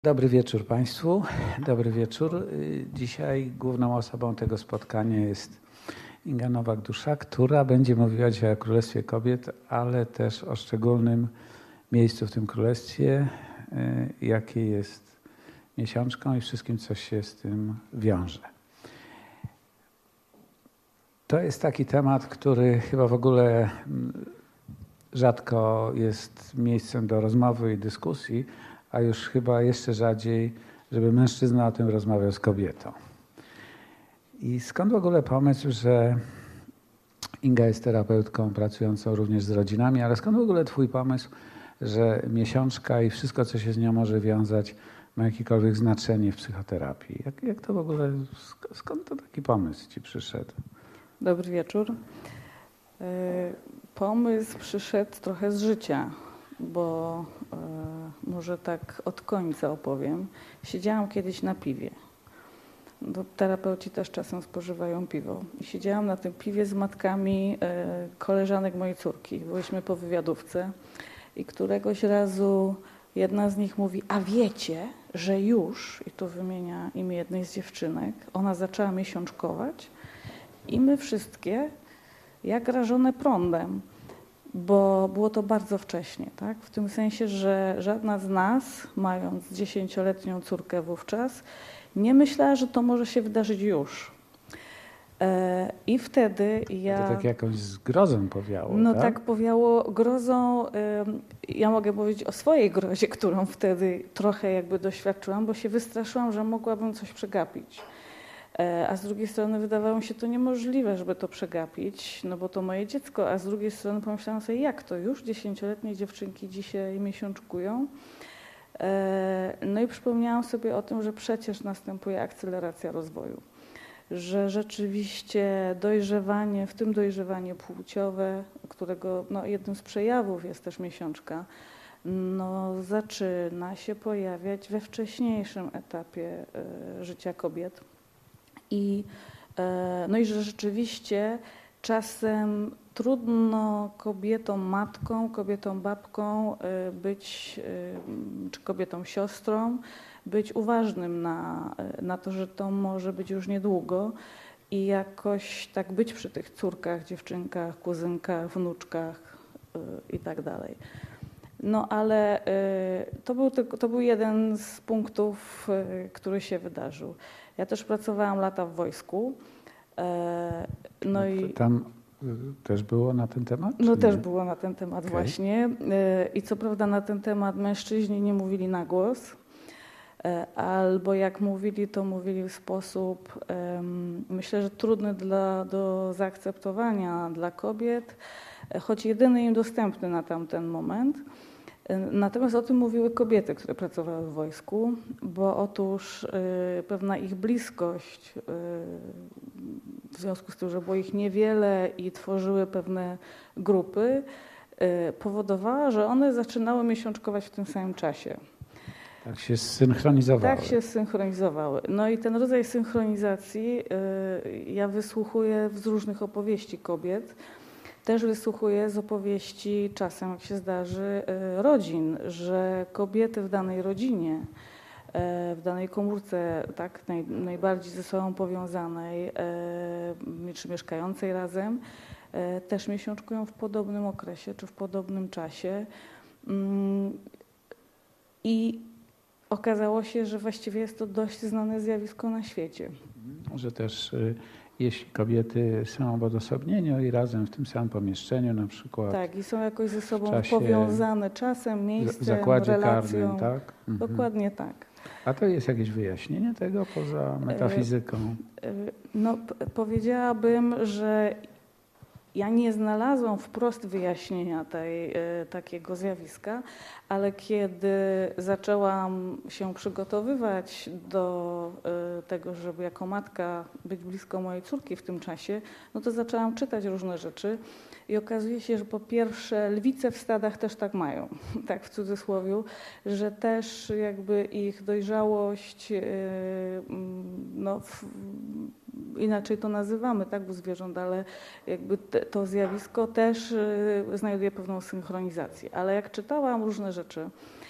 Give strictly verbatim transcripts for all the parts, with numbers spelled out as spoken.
Dobry wieczór Państwu. Dobry wieczór. Dzisiaj główną osobą tego spotkania jest Inga Nowak-Dusza, która będzie mówiła dzisiaj o Królestwie Kobiet, ale też o szczególnym miejscu w tym królestwie, jakie jest miesiączką i wszystkim, co się z tym wiąże. To jest taki temat, który chyba w ogóle rzadko jest miejscem do rozmowy i dyskusji, a już chyba jeszcze rzadziej, żeby mężczyzna o tym rozmawiał z kobietą. I skąd w ogóle pomysł, że Inga jest terapeutką pracującą również z rodzinami, ale skąd w ogóle twój pomysł, że miesiączka i wszystko, co się z nią może wiązać, ma jakiekolwiek znaczenie w psychoterapii? Jak, jak to w ogóle, skąd to taki pomysł ci przyszedł? Dobry wieczór. Pomysł przyszedł trochę z życia, bo e, może tak od końca opowiem. Siedziałam kiedyś na piwie. No, terapeuci też czasem spożywają piwo. I siedziałam na tym piwie z matkami e, koleżanek mojej córki. Byliśmy po wywiadówce i któregoś razu jedna z nich mówi: a wiecie, że już, i tu wymienia imię jednej z dziewczynek, ona zaczęła miesiączkować i my wszystkie jak rażone prądem. Bo było to bardzo wcześnie, tak? W tym sensie, że żadna z nas, mając dziesięcioletnią córkę wówczas, nie myślała, że to może się wydarzyć już. E, I wtedy ja... To tak jakąś zgrozą powiało, No tak? tak powiało grozą. E, ja mogę powiedzieć o swojej grozie, którą wtedy trochę jakby doświadczyłam, bo się wystraszyłam, że mogłabym coś przegapić. A z drugiej strony wydawało mi się to niemożliwe, żeby to przegapić, no bo to moje dziecko, a z drugiej strony pomyślałam sobie, jak to już dziesięcioletnie dziewczynki dzisiaj miesiączkują. No i przypomniałam sobie o tym, że przecież następuje akceleracja rozwoju, że rzeczywiście dojrzewanie, w tym dojrzewanie płciowe, którego no, jednym z przejawów jest też miesiączka, no, zaczyna się pojawiać we wcześniejszym etapie życia kobiet. I, no i że rzeczywiście czasem trudno kobietom matką, kobietom babką być, czy kobietom siostrą, być uważnym na, na to, że to może być już niedługo i jakoś tak być przy tych córkach, dziewczynkach, kuzynkach, wnuczkach i tak dalej. No ale to był, to był jeden z punktów, który się wydarzył. Ja też pracowałam lata w wojsku. No i tam też było na ten temat? No też było na ten temat okay. właśnie. I co prawda na ten temat mężczyźni nie mówili na głos, albo jak mówili, to mówili w sposób, myślę, że trudny dla, do zaakceptowania dla kobiet, choć jedyny im dostępny na tamten moment. Natomiast o tym mówiły kobiety, które pracowały w wojsku, bo otóż y, pewna ich bliskość, y, w związku z tym, że było ich niewiele i tworzyły pewne grupy, y, powodowała, że one zaczynały miesiączkować w tym samym czasie. Tak się zsynchronizowały. Tak się zsynchronizowały. No i ten rodzaj synchronizacji y, ja wysłuchuję z różnych opowieści kobiet. Też wysłuchuję z opowieści, czasem jak się zdarzy, rodzin, że kobiety w danej rodzinie, w danej komórce, tak, naj, najbardziej ze sobą powiązanej, czy mieszkającej razem, też miesiączkują w podobnym okresie, czy w podobnym czasie. I okazało się, że właściwie jest to dość znane zjawisko na świecie. Że też jeśli kobiety są w odosobnieniu i razem w tym samym pomieszczeniu na przykład. Tak, i są jakoś ze sobą powiązane czasem, miejscem, w zakładzie relacją. Karnym, tak? Mhm. Dokładnie tak. A to jest jakieś wyjaśnienie tego poza metafizyką? No, powiedziałabym, że ja nie znalazłam wprost wyjaśnienia tej, takiego zjawiska, ale kiedy zaczęłam się przygotowywać do tego, żeby jako matka być blisko mojej córki w tym czasie, no to zaczęłam czytać różne rzeczy i okazuje się, że po pierwsze lwice w stadach też tak mają, tak w cudzysłowie, że też jakby ich dojrzałość, no inaczej to nazywamy, tak, u zwierząt, ale jakby te, to zjawisko też znajduje pewną synchronizację. Ale jak czytałam różne rzeczy,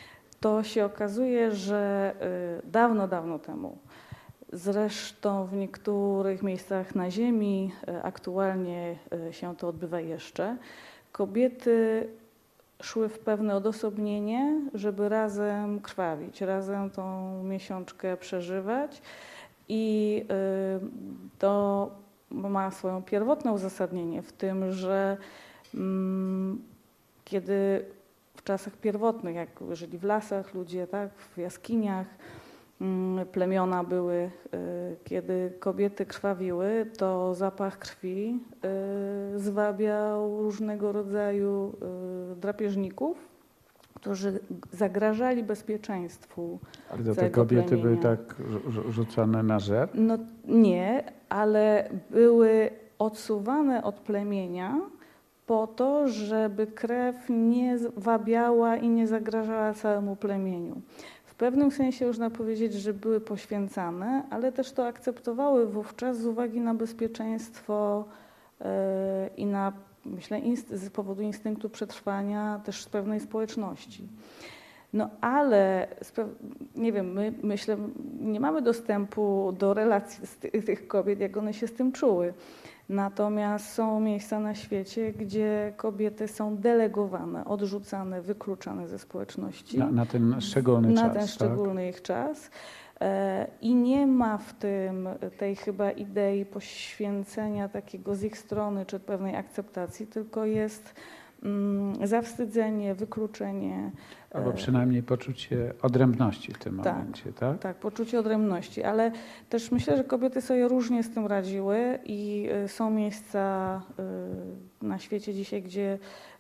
to się okazuje, że y, dawno, dawno temu, zresztą w niektórych miejscach na Ziemi, y, aktualnie y, się to odbywa jeszcze, kobiety szły w pewne odosobnienie, żeby razem krwawić, razem tą miesiączkę przeżywać i y, to ma swoje pierwotne uzasadnienie w tym, że mm, kiedy w czasach pierwotnych, jak żyli w lasach ludzie, tak, w jaskiniach, mm, plemiona były, y, kiedy kobiety krwawiły, to zapach krwi y, zwabiał różnego rodzaju y, drapieżników, którzy zagrażali bezpieczeństwu. Ale to te całego kobiety plemienia. były tak rzu- rzucane na żer? No nie, ale były odsuwane od plemienia po to, żeby krew nie wabiała i nie zagrażała całemu plemieniu. W pewnym sensie można powiedzieć, że były poświęcane, ale też to akceptowały wówczas z uwagi na bezpieczeństwo yy, i na, myślę, inst- z powodu instynktu przetrwania też pewnej społeczności. No ale, nie wiem, my myślę, nie mamy dostępu do relacji z ty, tych kobiet, jak one się z tym czuły. Natomiast są miejsca na świecie, gdzie kobiety są delegowane, odrzucane, wykluczane ze społeczności. Na, na ten szczególny na czas. Na ten tak? szczególny ich czas. E, I nie ma w tym tej chyba idei poświęcenia takiego z ich strony, czy pewnej akceptacji, tylko jest mm, zawstydzenie, wykluczenie. Albo przynajmniej poczucie odrębności w tym tak, momencie, tak? Tak, poczucie odrębności, ale też myślę, że kobiety sobie różnie z tym radziły i są miejsca na świecie dzisiaj, gdzie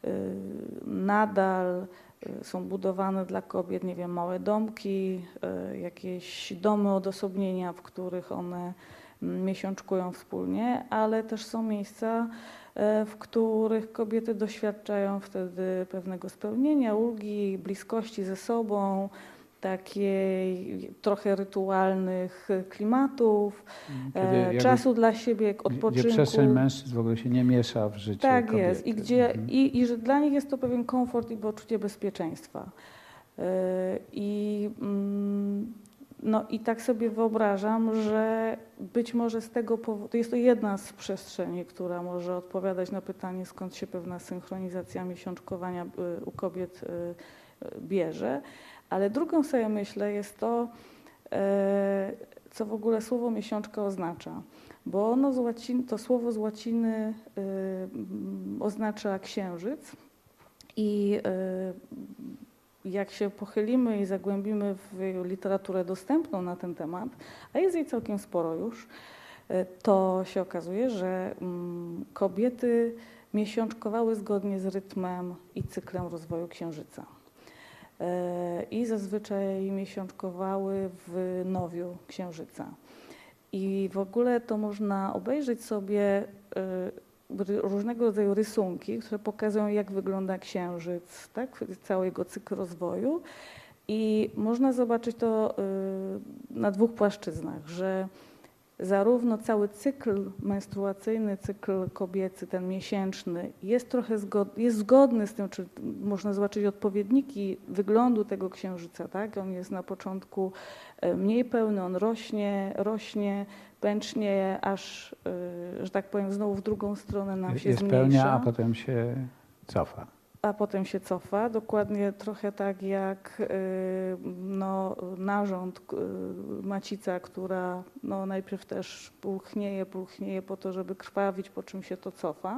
nadal są budowane dla kobiet, nie wiem, małe domki, jakieś domy odosobnienia, w których one miesiączkują wspólnie, ale też są miejsca, w których kobiety doświadczają wtedy pewnego spełnienia, ulgi, bliskości ze sobą, takiej trochę rytualnych klimatów, Kiedy czasu jakby, dla siebie, odpoczynku. Gdzie przestrzeń mężczyzn w ogóle się nie miesza w życiu Tak kobiety. jest. I, gdzie, mhm. i, i że dla nich jest to pewien komfort i poczucie bezpieczeństwa. I No i tak sobie wyobrażam, że być może z tego powodu, jest to jedna z przestrzeni, która może odpowiadać na pytanie, skąd się pewna synchronizacja miesiączkowania u kobiet bierze, ale drugą sobie myślę jest to, co w ogóle słowo miesiączka oznacza, bo ono z łaciny, to słowo z łaciny oznacza księżyc i jak się pochylimy i zagłębimy w literaturę dostępną na ten temat, a jest jej całkiem sporo już, to się okazuje, że kobiety miesiączkowały zgodnie z rytmem i cyklem rozwoju księżyca. I zazwyczaj miesiączkowały w nowiu księżyca. I w ogóle to można obejrzeć sobie różnego rodzaju rysunki, które pokazują, jak wygląda księżyc, tak, cały jego cykl rozwoju. I można zobaczyć to na dwóch płaszczyznach, że zarówno cały cykl menstruacyjny, cykl kobiecy, ten miesięczny, jest trochę zgodny, jest zgodny z tym, czy można zobaczyć odpowiedniki wyglądu tego księżyca, tak? On jest na początku mniej pełny, on rośnie, rośnie, pęcznie, aż, że tak powiem, znowu w drugą stronę nam się jest zmniejsza. Pełnia, a potem się cofa. A potem się cofa, dokładnie trochę tak jak no, narząd, macica, która no, najpierw też pulchnieje, pulchnieje po to, żeby krwawić, po czym się to cofa.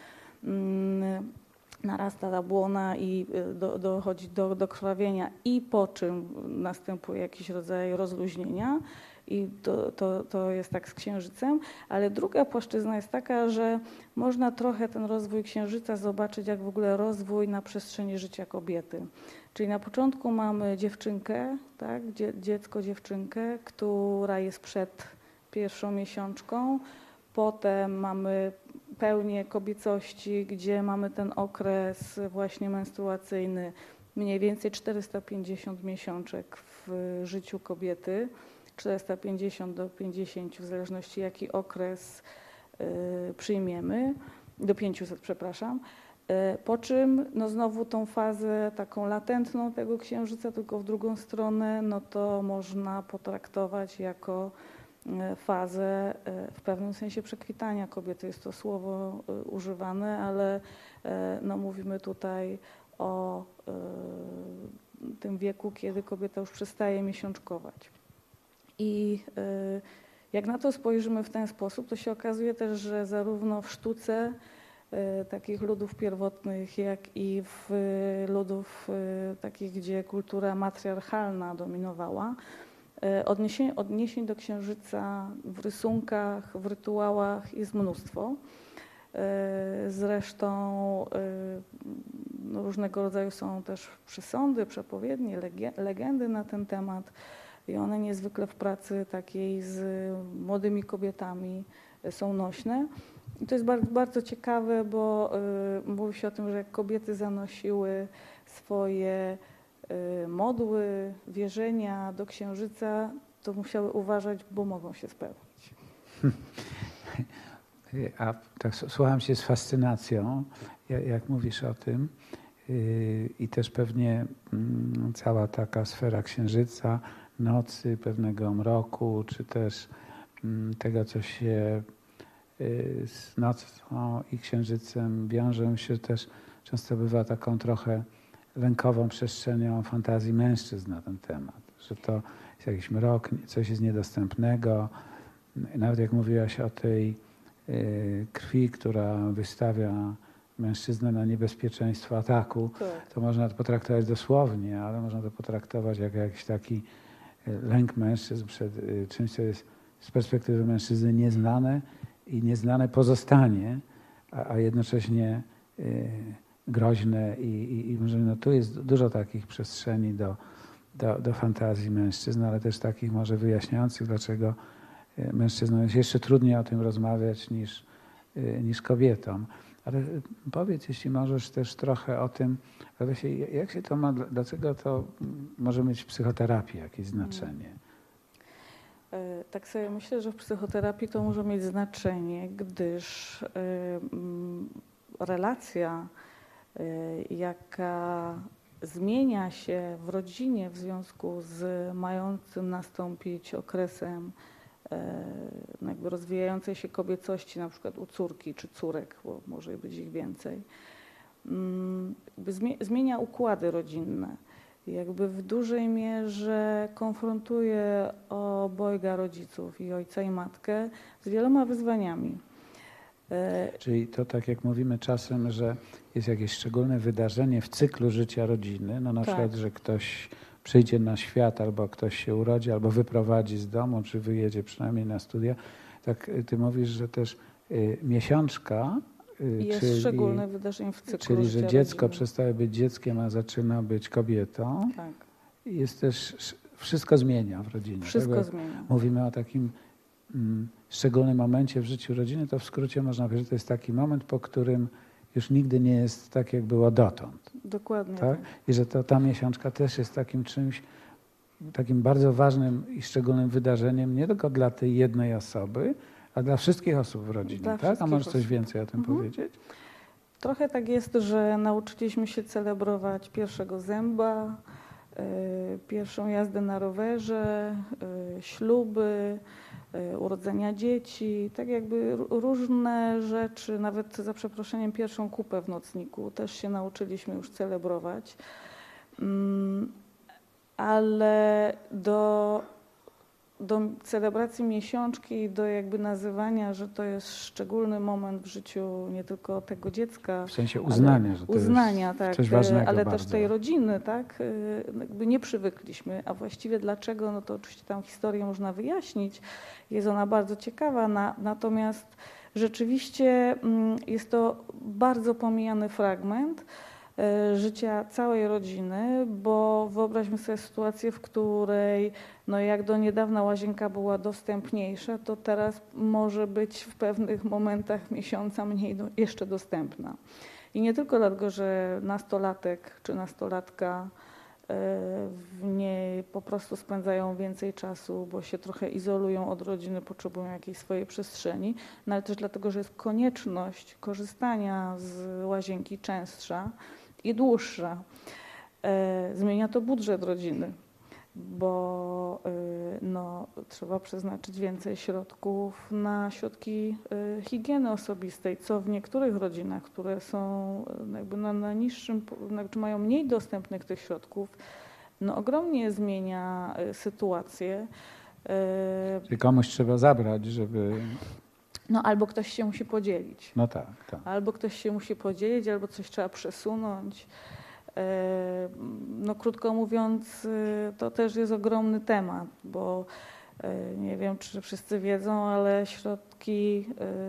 Narasta ta błona i do, dochodzi do, do krwawienia i po czym następuje jakiś rodzaj rozluźnienia. I to, to, to jest tak z księżycem, ale druga płaszczyzna jest taka, że można trochę ten rozwój księżyca zobaczyć, jak w ogóle rozwój na przestrzeni życia kobiety. Czyli na początku mamy dziewczynkę, tak, dzie, dziecko, dziewczynkę, która jest przed pierwszą miesiączką, potem mamy pełnię kobiecości, gdzie mamy ten okres właśnie menstruacyjny, mniej więcej czterysta pięćdziesiąt miesiączek w życiu kobiety. czterysta pięćdziesiąt do pięćdziesięciu, w zależności jaki okres y, przyjmiemy, do pięciuset, przepraszam. Po czym no znowu tą fazę taką latentną tego księżyca, tylko w drugą stronę, no to można potraktować jako fazę w pewnym sensie przekwitania kobiety. Jest to słowo używane, ale no mówimy tutaj o tym wieku, kiedy kobieta już przestaje miesiączkować. I jak na to spojrzymy w ten sposób, to się okazuje też, że zarówno w sztuce takich ludów pierwotnych, jak i w ludów takich, gdzie kultura matriarchalna dominowała, odniesień, odniesień do księżyca w rysunkach, w rytuałach jest mnóstwo. Zresztą no, różnego rodzaju są też przesądy, przepowiednie, legendy na ten temat i one niezwykle w pracy takiej z młodymi kobietami są nośne. I to jest bardzo, bardzo ciekawe, bo y, mówi się o tym, że jak kobiety zanosiły swoje y, modły, wierzenia do księżyca, to musiały uważać, bo mogą się spełnić. A tak słucham się z fascynacją, jak mówisz o tym. I też pewnie cała taka sfera księżyca, nocy, pewnego mroku, czy też tego, co się z nocą i księżycem wiąże się, też często bywa taką trochę lękową przestrzenią fantazji mężczyzn na ten temat. Że to jest jakiś mrok, coś jest niedostępnego. Nawet jak mówiłaś o tej krwi, która wystawia mężczyznę na niebezpieczeństwo ataku, tak. To można to potraktować dosłownie, ale można to potraktować jako jakiś taki lęk mężczyzn przed czymś, co jest z perspektywy mężczyzny nieznane i nieznane pozostanie, a, a jednocześnie y, groźne i, i, i może no, tu jest dużo takich przestrzeni do, do, do fantazji mężczyzn, ale też takich może wyjaśniających, dlaczego mężczyznom jest jeszcze trudniej o tym rozmawiać niż, y, niż kobietom. Ale powiedz, jeśli możesz, też trochę o tym, jak się to ma, dlaczego to może mieć w psychoterapii jakieś znaczenie? Tak sobie myślę, że w psychoterapii to może mieć znaczenie, gdyż relacja, jaka zmienia się w rodzinie w związku z mającym nastąpić okresem jakby rozwijającej się kobiecości, na przykład u córki czy córek, bo może być ich więcej, jakby zmienia układy rodzinne. Jakby w dużej mierze konfrontuje obojga rodziców, i ojca, i matkę, z wieloma wyzwaniami. Czyli to tak jak mówimy czasem, że jest jakieś szczególne wydarzenie w cyklu życia rodziny, no na tak. przykład, że ktoś przyjdzie na świat, albo ktoś się urodzi, albo wyprowadzi z domu, czy wyjedzie przynajmniej na studia. Tak ty mówisz, że też y, miesiączka jest czyli, szczególne wydarzenie w cyklu Czyli, życia że dziecko rodziny. przestaje być dzieckiem, a zaczyna być kobietą. Tak. Jest też, wszystko zmienia w rodzinie. Wszystko tak? zmienia. Mówimy o takim mm, szczególnym momencie w życiu rodziny, to w skrócie można powiedzieć, że to jest taki moment, po którym już nigdy nie jest tak, jak było dotąd. Dokładnie tak? tak. I że to ta miesiączka też jest takim czymś, takim bardzo ważnym i szczególnym wydarzeniem, nie tylko dla tej jednej osoby, a dla wszystkich osób w rodzinie. Dla tak? A możesz osób. coś więcej o tym mhm. powiedzieć? Trochę tak jest, że nauczyliśmy się celebrować pierwszego zęba, y, pierwszą jazdę na rowerze, y, śluby, y, urodzenia dzieci, tak jakby różne rzeczy, nawet za przeproszeniem pierwszą kupę w nocniku też się nauczyliśmy już celebrować. Mm, ale do, do celebracji miesiączki, do jakby nazywania, że to jest szczególny moment w życiu nie tylko tego dziecka. W sensie uznania, że to uznania, jest tak, coś ważnego ale bardzo. też tej rodziny, tak, jakby nie przywykliśmy, a właściwie dlaczego, no to oczywiście tam historię można wyjaśnić, jest ona bardzo ciekawa, na, natomiast rzeczywiście jest to bardzo pomijany fragment życia całej rodziny, bo wyobraźmy sobie sytuację, w której no jak do niedawna łazienka była dostępniejsza, to teraz może być w pewnych momentach miesiąca mniej do, jeszcze dostępna. I nie tylko dlatego, że nastolatek czy nastolatka w niej po prostu spędzają więcej czasu, bo się trochę izolują od rodziny, potrzebują jakiejś swojej przestrzeni, no ale też dlatego, że jest konieczność korzystania z łazienki częstsza i dłuższa. Zmienia to budżet rodziny, bo no, trzeba przeznaczyć więcej środków na środki higieny osobistej, co w niektórych rodzinach, które są jakby na, na niższym, znaczy mają mniej dostępnych tych środków, no ogromnie zmienia sytuację. Czyli komuś trzeba zabrać, żeby... No albo ktoś się musi podzielić. No tak, tak. Albo ktoś się musi podzielić, albo coś trzeba przesunąć. No krótko mówiąc, to też jest ogromny temat, bo nie wiem, czy wszyscy wiedzą, ale środki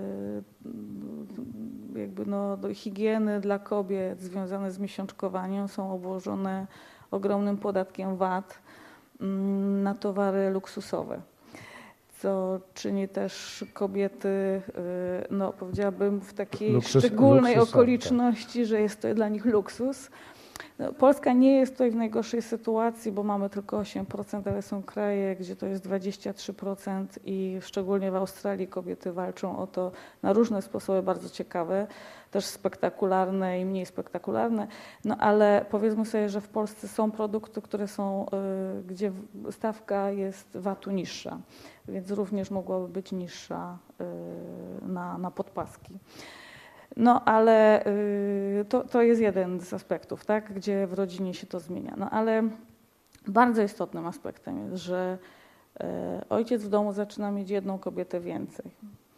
jakby no, do higieny dla kobiet związane z miesiączkowaniem są obłożone ogromnym podatkiem V A T na towary luksusowe, co czyni też kobiety, no powiedziałabym, w takiej Luksus, szczególnej luksusowe, okoliczności, tak. Że jest to dla nich luksus. No, Polska nie jest tutaj w najgorszej sytuacji, bo mamy tylko osiem procent, ale są kraje, gdzie to jest dwadzieścia trzy procent i szczególnie w Australii kobiety walczą o to na różne sposoby bardzo ciekawe, też spektakularne i mniej spektakularne. No ale powiedzmy sobie, że w Polsce są produkty, które są, y, gdzie stawka jest V A T-u niższa, więc również mogłaby być niższa y, na, na podpaski. No ale y, to, to jest jeden z aspektów, tak, gdzie w rodzinie się to zmienia. No ale bardzo istotnym aspektem jest, że y, ojciec w domu zaczyna mieć jedną kobietę więcej.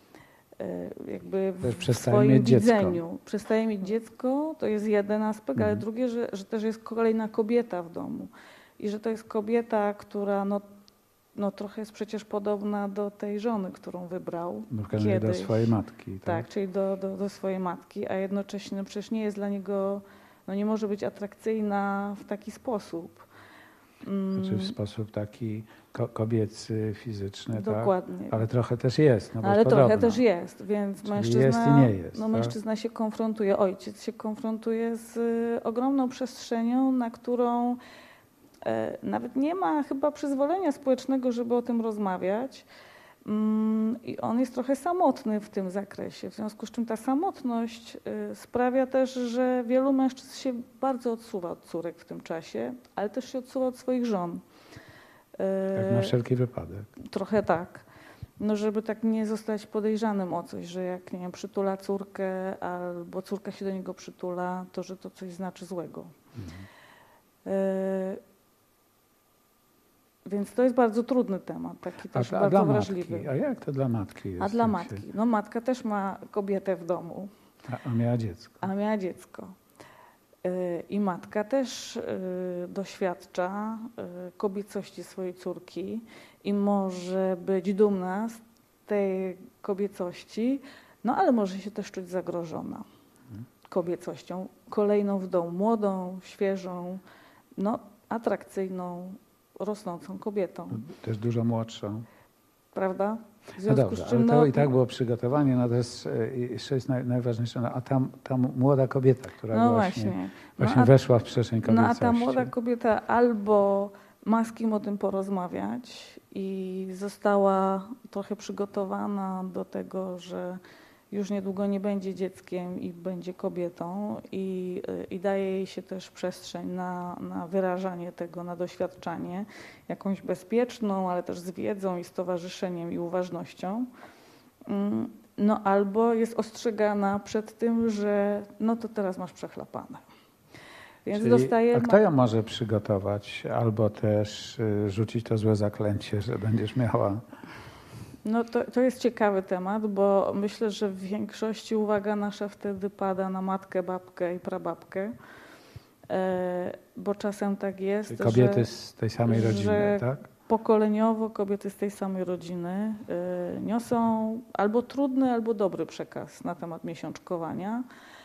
Y, jakby w, w swoim mieć widzeniu. Dziecko. Przestaje mieć dziecko, to jest jeden aspekt, mhm. ale drugie, że, że też jest kolejna kobieta w domu. I że to jest kobieta, która no, no trochę jest przecież podobna do tej żony, którą wybrał kiedyś. Do swojej matki. Tak, tak czyli do, do, do swojej matki, a jednocześnie no przecież nie jest dla niego, no nie może być atrakcyjna w taki sposób. Znaczy w sposób taki ko kobiecy, fizyczny, dokładnie. Tak? Ale trochę też jest. No bo Ale jest trochę podobno. też jest, więc Czyli mężczyzna, jest i nie jest, no, tak? mężczyzna się konfrontuje, ojciec się konfrontuje z ogromną przestrzenią, na którą nawet nie ma chyba przyzwolenia społecznego, żeby o tym rozmawiać. I on jest trochę samotny w tym zakresie, w związku z czym ta samotność sprawia też, że wielu mężczyzn się bardzo odsuwa od córek w tym czasie, ale też się odsuwa od swoich żon. Tak na wszelki wypadek. Trochę tak. No żeby tak nie zostać podejrzanym o coś, że jak nie wiem, przytula córkę albo córka się do niego przytula, to że to coś znaczy złego. Mhm. Więc to jest bardzo trudny temat, taki też a, a bardzo dla wrażliwy. Matki? A jak to dla matki jest? A dla matki? Się... No matka też ma kobietę w domu. A, a miała dziecko. A miała dziecko. Yy, I matka też yy, doświadcza yy, kobiecości swojej córki i może być dumna z tej kobiecości, no ale może się też czuć zagrożona hmm. kobiecością. Kolejną w domu, młodą, świeżą, no atrakcyjną, rosnącą kobietą. Też dużo młodszą. Prawda? W związku no dobrze, z czym, ale to no, i tak było przygotowanie, no to jest, jeszcze jest naj, najważniejsze, no, a tam ta młoda kobieta, która no właśnie, właśnie, właśnie no a, weszła w przestrzeń kobiecości. No a ta młoda kobieta albo ma z kim o tym porozmawiać i została trochę przygotowana do tego, że już niedługo nie będzie dzieckiem i będzie kobietą i, i daje jej się też przestrzeń na, na wyrażanie tego, na doświadczanie, jakąś bezpieczną, ale też z wiedzą i stowarzyszeniem i uważnością. No albo jest ostrzegana przed tym, że no to teraz masz przechlapane. Więc Czyli, dostaje... A kto ją może przygotować albo też rzucić to złe zaklęcie, że będziesz miała... No to, to jest ciekawy temat, bo myślę, że w większości uwaga nasza wtedy pada na matkę, babkę i prababkę, bo czasem tak jest, Czyli kobiety że, z tej samej rodziny, że tak? pokoleniowo kobiety z tej samej rodziny niosą albo trudny, albo dobry przekaz na temat miesiączkowania.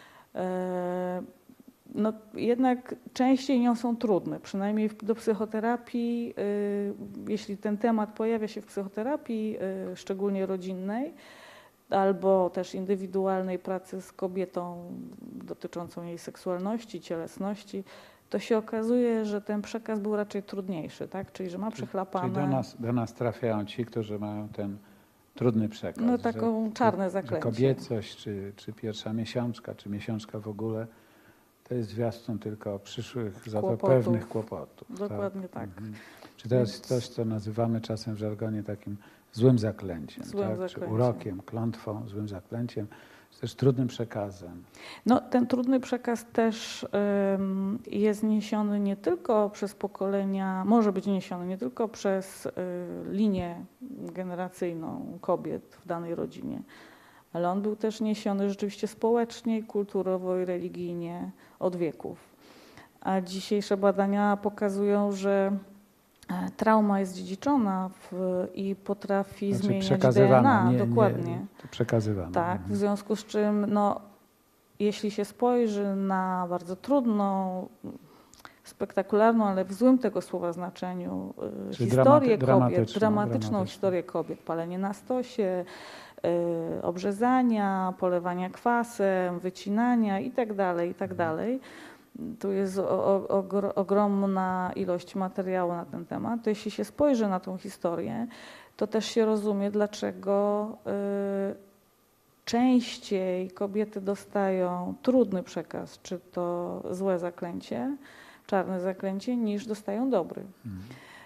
No, jednak częściej niosą trudne, przynajmniej do psychoterapii, y, jeśli ten temat pojawia się w psychoterapii, y, szczególnie rodzinnej, albo też indywidualnej pracy z kobietą dotyczącą jej seksualności, cielesności, to się okazuje, że ten przekaz był raczej trudniejszy, tak? Czyli że ma przechlapane... Czyli do nas, do nas trafiają ci, którzy mają ten trudny przekaz. No taką że, czarne że, zaklęcie. Że kobiecość, czy, czy pierwsza miesiączka, czy miesiączka w ogóle, to jest zwiastun tylko przyszłych zapewnych kłopotów. Dokładnie tak. tak. Mhm. Czy to jest coś, co nazywamy czasem w żargonie takim złym zaklęciem, złym tak? zaklęciem. Czy urokiem, klątwą, złym zaklęciem, czy też trudnym przekazem. No, ten trudny przekaz też um, jest niesiony nie tylko przez pokolenia, może być niesiony nie tylko przez y, linię generacyjną kobiet w danej rodzinie, ale on był też niesiony rzeczywiście społecznie, kulturowo i religijnie od wieków. A dzisiejsze badania pokazują, że trauma jest dziedziczona w, i potrafi znaczy zmieniać D N A. Nie, dokładnie. Nie, to przekazywana. Tak, w związku z czym no, jeśli się spojrzy na bardzo trudną, spektakularną, ale w złym tego słowa znaczeniu Czyli historię dramaty, kobiet, dramatyczną, dramatyczną dramatyczną historię kobiet, palenie na stosie, y, obrzezania, polewania kwasem, wycinania itd., itd. Tu jest o, o, ogromna ilość materiału na ten temat. To jeśli się spojrzy na tą historię, to też się rozumie, dlaczego y, częściej kobiety dostają trudny przekaz, czy to złe zaklęcie, czarne zaklęcie, niż dostają dobry. Hmm.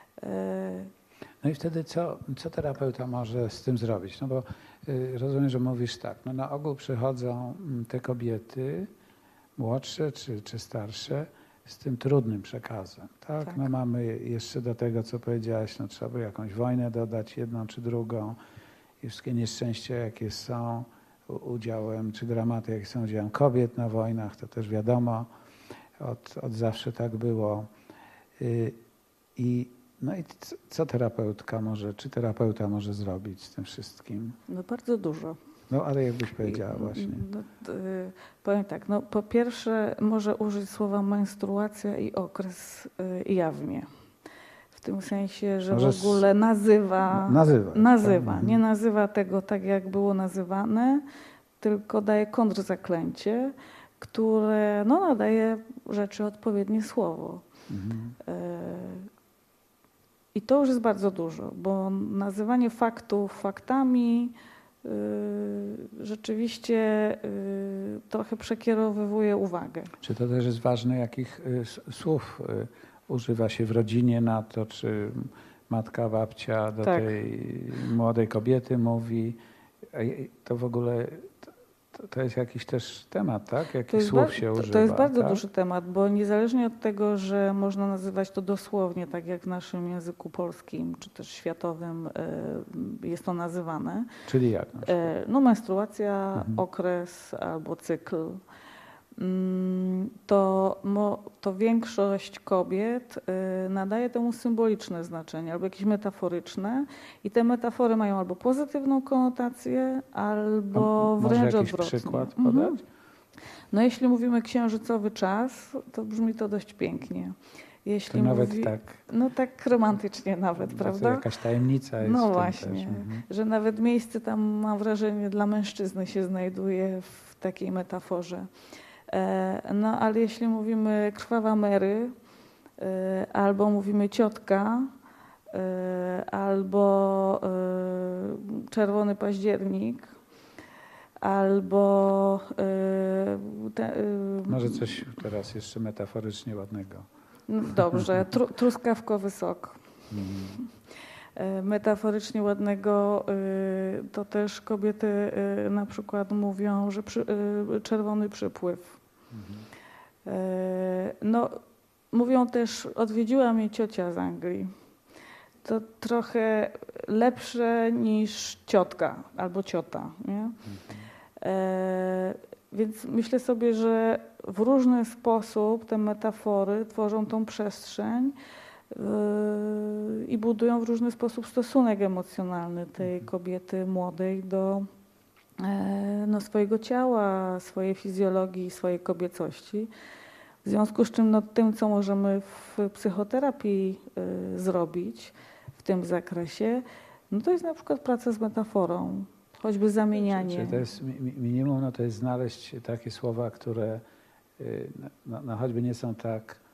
Y, no i wtedy co, co terapeuta może z tym zrobić? No bo y, rozumiem, że mówisz tak, no na ogół przychodzą te kobiety, młodsze czy, czy starsze, z tym trudnym przekazem. Tak? Tak. No mamy jeszcze do tego, co powiedziałaś, no trzeba by jakąś wojnę dodać, jedną czy drugą, i wszystkie nieszczęścia, jakie są udziałem, czy dramaty, jakie są udziałem kobiet na wojnach, to też wiadomo, od, od zawsze tak było. I no i co terapeutka może, czy terapeuta może zrobić z tym wszystkim? No bardzo dużo. No ale jakbyś powiedziała właśnie. No, y, powiem tak, no po pierwsze może użyć słowa menstruacja i okres y, jawnie. W tym sensie, że może w ogóle nazywa, nazywa, nazywa tak? nie nazywa tego tak, jak było nazywane, tylko daje kontrzaklęcie, które no, nadaje rzeczy odpowiednie słowo. Mhm. Y, I to już jest bardzo dużo, bo nazywanie faktów faktami rzeczywiście trochę przekierowywuje uwagę. Czy to też jest ważne, jakich słów używa się w rodzinie na to, czy matka, babcia do tak. tej młodej kobiety mówi? To w ogóle to, to jest jakiś też temat, tak? Jakich słów się używa? To jest bardzo tak? duży temat, bo niezależnie od tego, że można nazywać to dosłownie, tak jak w naszym języku polskim, czy też światowym jest to nazywane. Czyli jak? No menstruacja, mhm. okres albo cykl. To, to większość kobiet nadaje temu symboliczne znaczenie albo jakieś metaforyczne i te metafory mają albo pozytywną konotację, albo A wręcz może jakiś odwrotnie. przykład podać? Mhm. No jeśli mówimy księżycowy czas, to brzmi to dość pięknie. Jeśli to nawet mówi, tak. No tak romantycznie nawet, to prawda? To jakaś tajemnica jest. No w właśnie, tym też. Mhm. że nawet miejsce tam, mam wrażenie, dla mężczyzny się znajduje w takiej metaforze. No ale jeśli mówimy krwawa Mary, albo mówimy ciotka, albo czerwony październik, albo... Te, Może coś teraz jeszcze metaforycznie ładnego. No dobrze, tru, truskawkowy sok. Hmm. Metaforycznie ładnego to też kobiety na przykład mówią, że przy, czerwony przypływ. Mhm. No, mówią też, odwiedziła mnie ciocia z Anglii. To trochę lepsze niż ciotka albo ciota. Nie? Mhm. Więc myślę sobie, że w różny sposób te metafory tworzą tą przestrzeń i budują w różny sposób stosunek emocjonalny tej kobiety młodej do no, swojego ciała, swojej fizjologii, swojej kobiecości. W związku z czym no, tym, co możemy w psychoterapii y, zrobić w tym zakresie, no to jest na przykład praca z metaforą, choćby zamienianie. Czyli to jest minimum, no to jest znaleźć takie słowa, które y, no, no, choćby nie są tak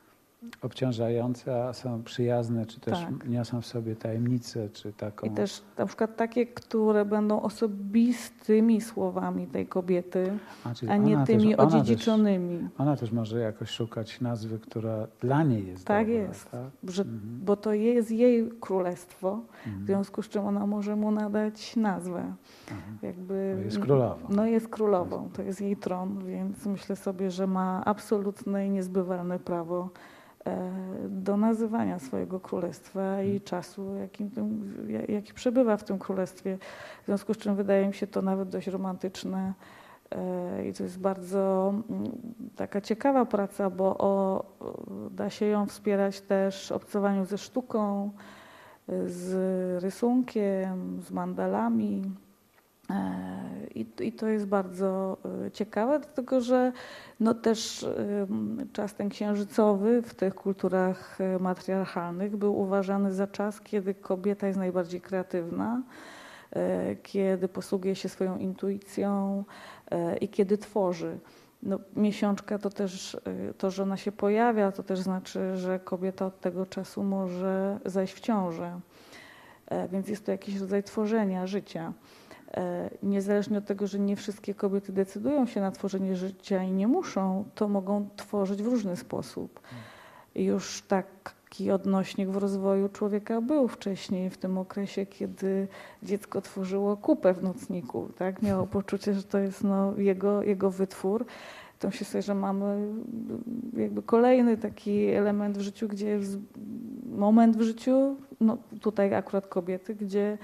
obciążające, a są przyjazne, czy też Tak. niosą w sobie tajemnicę, czy taką... I też na przykład takie, które będą osobistymi słowami tej kobiety, a, czyli a nie ona tymi też, ona odziedziczonymi. Też, ona też może jakoś szukać nazwy, która dla niej jest Tak dobra. jest, Tak? że, Mhm. bo to jest jej królestwo, Mhm. w związku z czym ona może mu nadać nazwę. Mhm. Jakby, No jest królową. No jest królową, to jest jej tron, więc myślę sobie, że ma absolutne i niezbywalne prawo do nazywania swojego królestwa i czasu, jakim tym, jaki przebywa w tym królestwie. W związku z czym wydaje mi się to nawet dość romantyczne i to jest bardzo taka ciekawa praca, bo o, da się ją wspierać też w obcowaniu ze sztuką, z rysunkiem, z mandalami. I, I to jest bardzo ciekawe, dlatego że no też czas ten księżycowy w tych kulturach matriarchalnych był uważany za czas, kiedy kobieta jest najbardziej kreatywna, kiedy posługuje się swoją intuicją i kiedy tworzy. No, miesiączka to też, to, że ona się pojawia, to też znaczy, że kobieta od tego czasu może zajść w ciążę. Więc jest to jakiś rodzaj tworzenia życia. Niezależnie od tego, że nie wszystkie kobiety decydują się na tworzenie życia i nie muszą, to mogą tworzyć w różny sposób. I już taki odnośnik w rozwoju człowieka był wcześniej, w tym okresie, kiedy dziecko tworzyło kupę w nocniku. Tak? Miało poczucie, że to jest no, jego, jego wytwór. To myślę sobie, że mamy jakby kolejny taki element w życiu, gdzie jest moment w życiu, no tutaj akurat kobiety, gdzie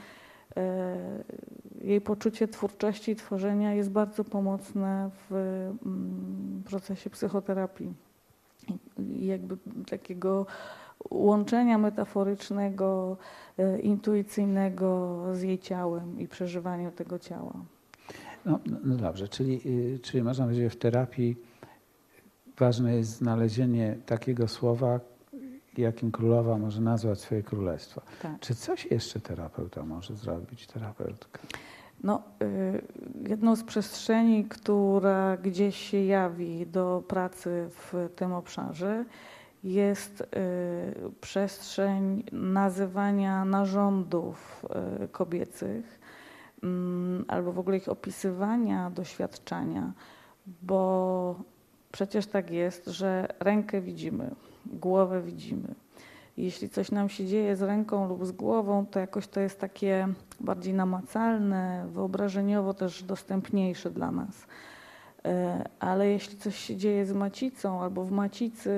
jej poczucie twórczości i tworzenia jest bardzo pomocne w procesie psychoterapii. I jakby takiego łączenia metaforycznego, intuicyjnego z jej ciałem i przeżywaniem tego ciała. No, no dobrze, czyli, czyli można powiedzieć, że w terapii ważne jest znalezienie takiego słowa, jakim królowa może nazwać swoje królestwo. Tak. Czy coś jeszcze terapeuta może zrobić, terapeutka? No, jedną z przestrzeni, która gdzieś się jawi do pracy w tym obszarze, jest przestrzeń nazywania narządów kobiecych albo w ogóle ich opisywania, doświadczenia, bo przecież tak jest, że rękę widzimy, głowę widzimy. Jeśli coś nam się dzieje z ręką lub z głową, to jakoś to jest takie bardziej namacalne, wyobrażeniowo też dostępniejsze dla nas. Ale jeśli coś się dzieje z macicą albo w macicy,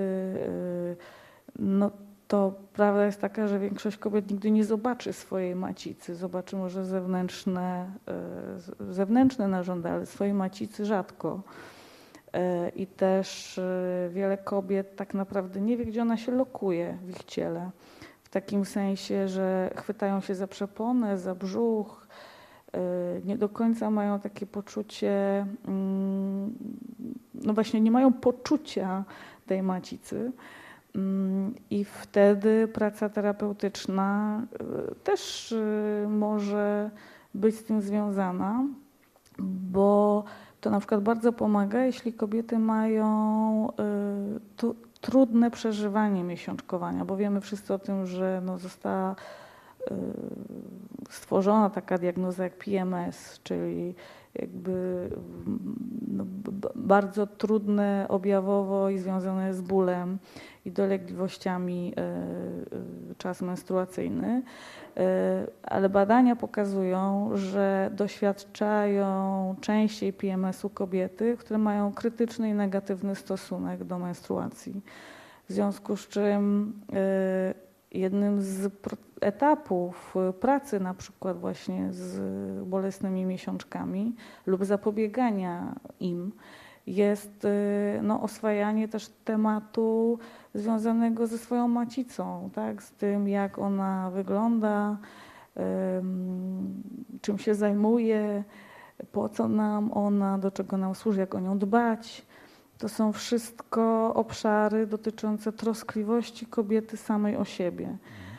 no to prawda jest taka, że większość kobiet nigdy nie zobaczy swojej macicy. Zobaczy może zewnętrzne, zewnętrzne narządy, ale swojej macicy rzadko. I też wiele kobiet tak naprawdę nie wie, gdzie ona się lokuje w ich ciele. W takim sensie, że chwytają się za przeponę, za brzuch, nie do końca mają takie poczucie, no właśnie nie mają poczucia tej macicy. I wtedy praca terapeutyczna też może być z tym związana, bo to na przykład bardzo pomaga, jeśli kobiety mają y, tu, trudne przeżywanie miesiączkowania, bo wiemy wszyscy o tym, że no, została y, stworzona taka diagnoza jak P M S, czyli jakby no, b, bardzo trudne objawowo i związane z bólem i dolegliwościami y, y, czas menstruacyjny. Ale badania pokazują, że doświadczają częściej P M S u kobiety, które mają krytyczny i negatywny stosunek do menstruacji. W związku z czym jednym z etapów pracy na przykład właśnie z bolesnymi miesiączkami lub zapobiegania im jest no, oswajanie też tematu związanego ze swoją macicą, tak? Z tym, jak ona wygląda, um, czym się zajmuje, po co nam ona, do czego nam służy, jak o nią dbać. To są wszystko obszary dotyczące troskliwości kobiety samej o siebie.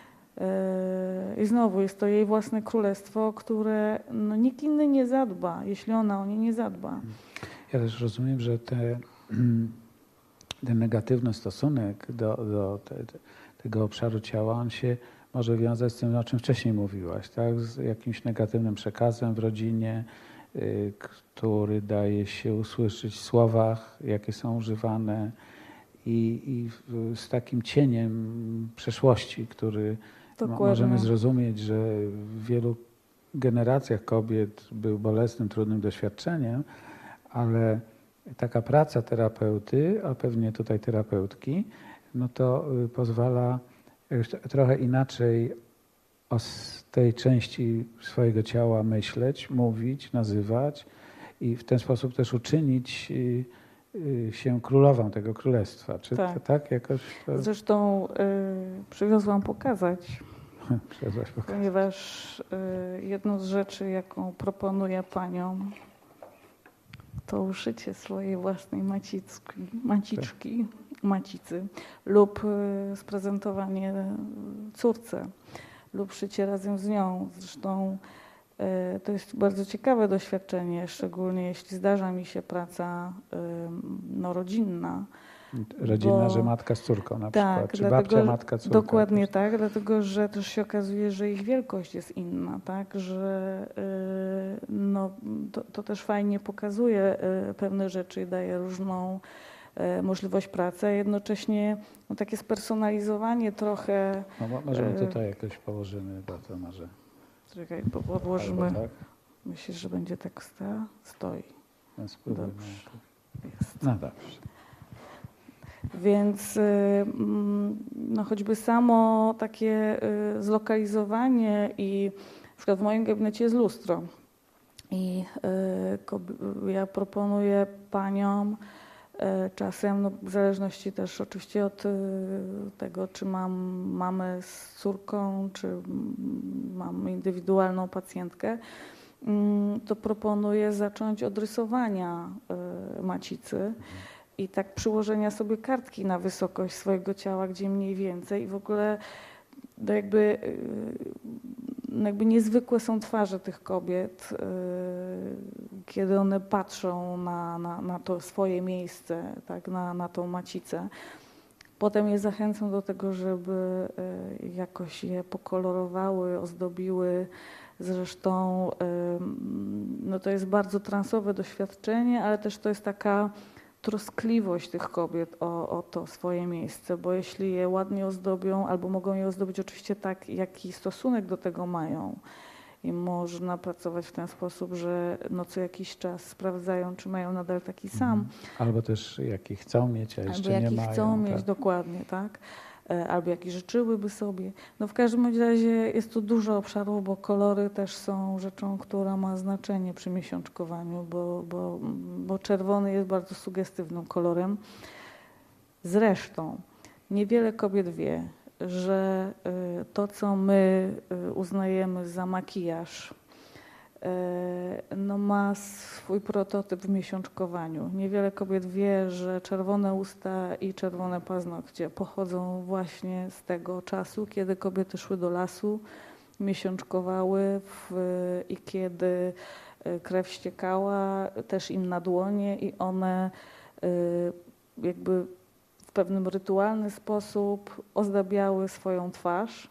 I znowu jest to jej własne królestwo, które no, nikt inny nie zadba, jeśli ona o nie nie zadba. Ja też rozumiem, że te ten negatywny stosunek do, do te, te, tego obszaru ciała, on się może wiązać z tym, o czym wcześniej mówiłaś, tak? Z jakimś negatywnym przekazem w rodzinie, y, który daje się usłyszeć w słowach, jakie są używane i, i w, z takim cieniem przeszłości, który mo, możemy zrozumieć, że w wielu generacjach kobiet był bolesnym, trudnym doświadczeniem, ale taka praca terapeuty, a pewnie tutaj terapeutki, no to pozwala trochę inaczej o tej części swojego ciała myśleć, mówić, nazywać i w ten sposób też uczynić się królową tego królestwa. Czy tak, to, tak jakoś? To... Zresztą y, przywiozłam pokazać, Przywiozłaś pokazać, ponieważ y, jedną z rzeczy, jaką proponuję paniom, to uszycie swojej własnej macicki, maciczki, macicy lub y, sprezentowanie córce lub szycie razem z nią. Zresztą y, to jest bardzo ciekawe doświadczenie, szczególnie jeśli zdarza mi się praca y, no, rodzinna. Rodzinna, bo, że matka z córką na tak, przykład, czy dlatego, babcia, matka, córka. Dokładnie tak, dlatego że też się okazuje, że ich wielkość jest inna, tak, że y, no, to, to też fajnie pokazuje y, pewne rzeczy i daje różną y, możliwość pracy, a jednocześnie no, takie spersonalizowanie trochę... No, możemy tutaj jakoś położymy, bo to może... Czekaj, bo podłożymy. Tak? Myślisz, że będzie tak sta? Stoi. No, spróbujmy. Jest. No dobrze. Więc no, choćby samo takie zlokalizowanie i na przykład w moim gabinecie jest lustro i ja proponuję paniom czasem, no, w zależności też oczywiście od tego, czy mam mamę z córką, czy mam indywidualną pacjentkę, to proponuję zacząć od rysowania macicy. I tak przyłożenia sobie kartki na wysokość swojego ciała, gdzie mniej więcej i w ogóle no jakby, no jakby niezwykłe są twarze tych kobiet, kiedy one patrzą na, na, na to swoje miejsce, tak, na, na tą macicę. Potem je zachęcam do tego, żeby jakoś je pokolorowały, ozdobiły. Zresztą no to jest bardzo transowe doświadczenie, ale też to jest taka troskliwość tych kobiet o, o to swoje miejsce, bo jeśli je ładnie ozdobią, albo mogą je ozdobić oczywiście tak, jaki stosunek do tego mają i można pracować w ten sposób, że no co jakiś czas sprawdzają, czy mają nadal taki sam. Albo też jaki chcą mieć, a jeszcze albo nie jaki mają. chcą mieć, tak. dokładnie, tak. Albo jaki życzyłyby sobie. No w każdym razie jest tu dużo obszarów, bo kolory też są rzeczą, która ma znaczenie przy miesiączkowaniu, bo, bo, bo czerwony jest bardzo sugestywnym kolorem. Zresztą niewiele kobiet wie, że to, co my uznajemy za makijaż, no ma swój prototyp w miesiączkowaniu. Niewiele kobiet wie, że czerwone usta i czerwone paznokcie pochodzą właśnie z tego czasu, kiedy kobiety szły do lasu, miesiączkowały w, i kiedy krew ściekała też im na dłonie i one jakby w pewnym rytualny sposób ozdabiały swoją twarz.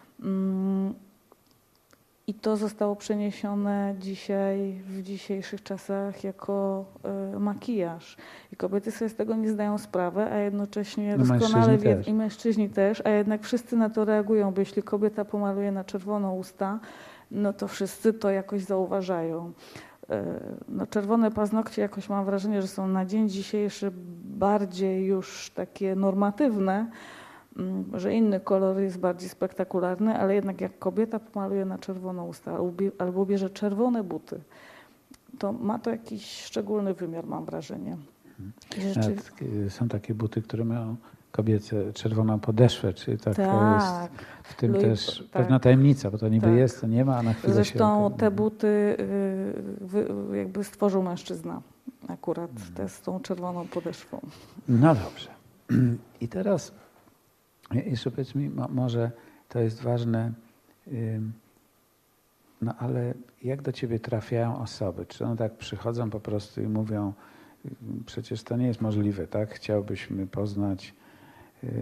I to zostało przeniesione dzisiaj, w dzisiejszych czasach jako y, makijaż. I kobiety sobie z tego nie zdają sprawy, a jednocześnie no doskonale wiedzą, i mężczyźni też, a jednak wszyscy na to reagują, bo jeśli kobieta pomaluje na czerwono usta, no to wszyscy to jakoś zauważają. Y, no, czerwone paznokcie jakoś mam wrażenie, że są na dzień dzisiejszy bardziej już takie normatywne, że inny kolor jest bardziej spektakularny, ale jednak jak kobieta pomaluje na czerwono usta albo bierze czerwone buty, to ma to jakiś szczególny wymiar, mam wrażenie. Rzeczy... Są takie buty, które mają kobiece czerwoną podeszwę, czyli tak, tak. jest w tym Lub, też tak. pewna tajemnica, bo to niby tak. jest, to nie ma, a na chwilę Zresztą się... te buty jakby stworzył mężczyzna akurat, te z tą czerwoną podeszwą. No dobrze. I teraz jeszcze powiedz mi, może to jest ważne, no ale jak do ciebie trafiają osoby? Czy one tak przychodzą po prostu i mówią, przecież to nie jest możliwe, tak? Chciałbyśmy poznać, yy,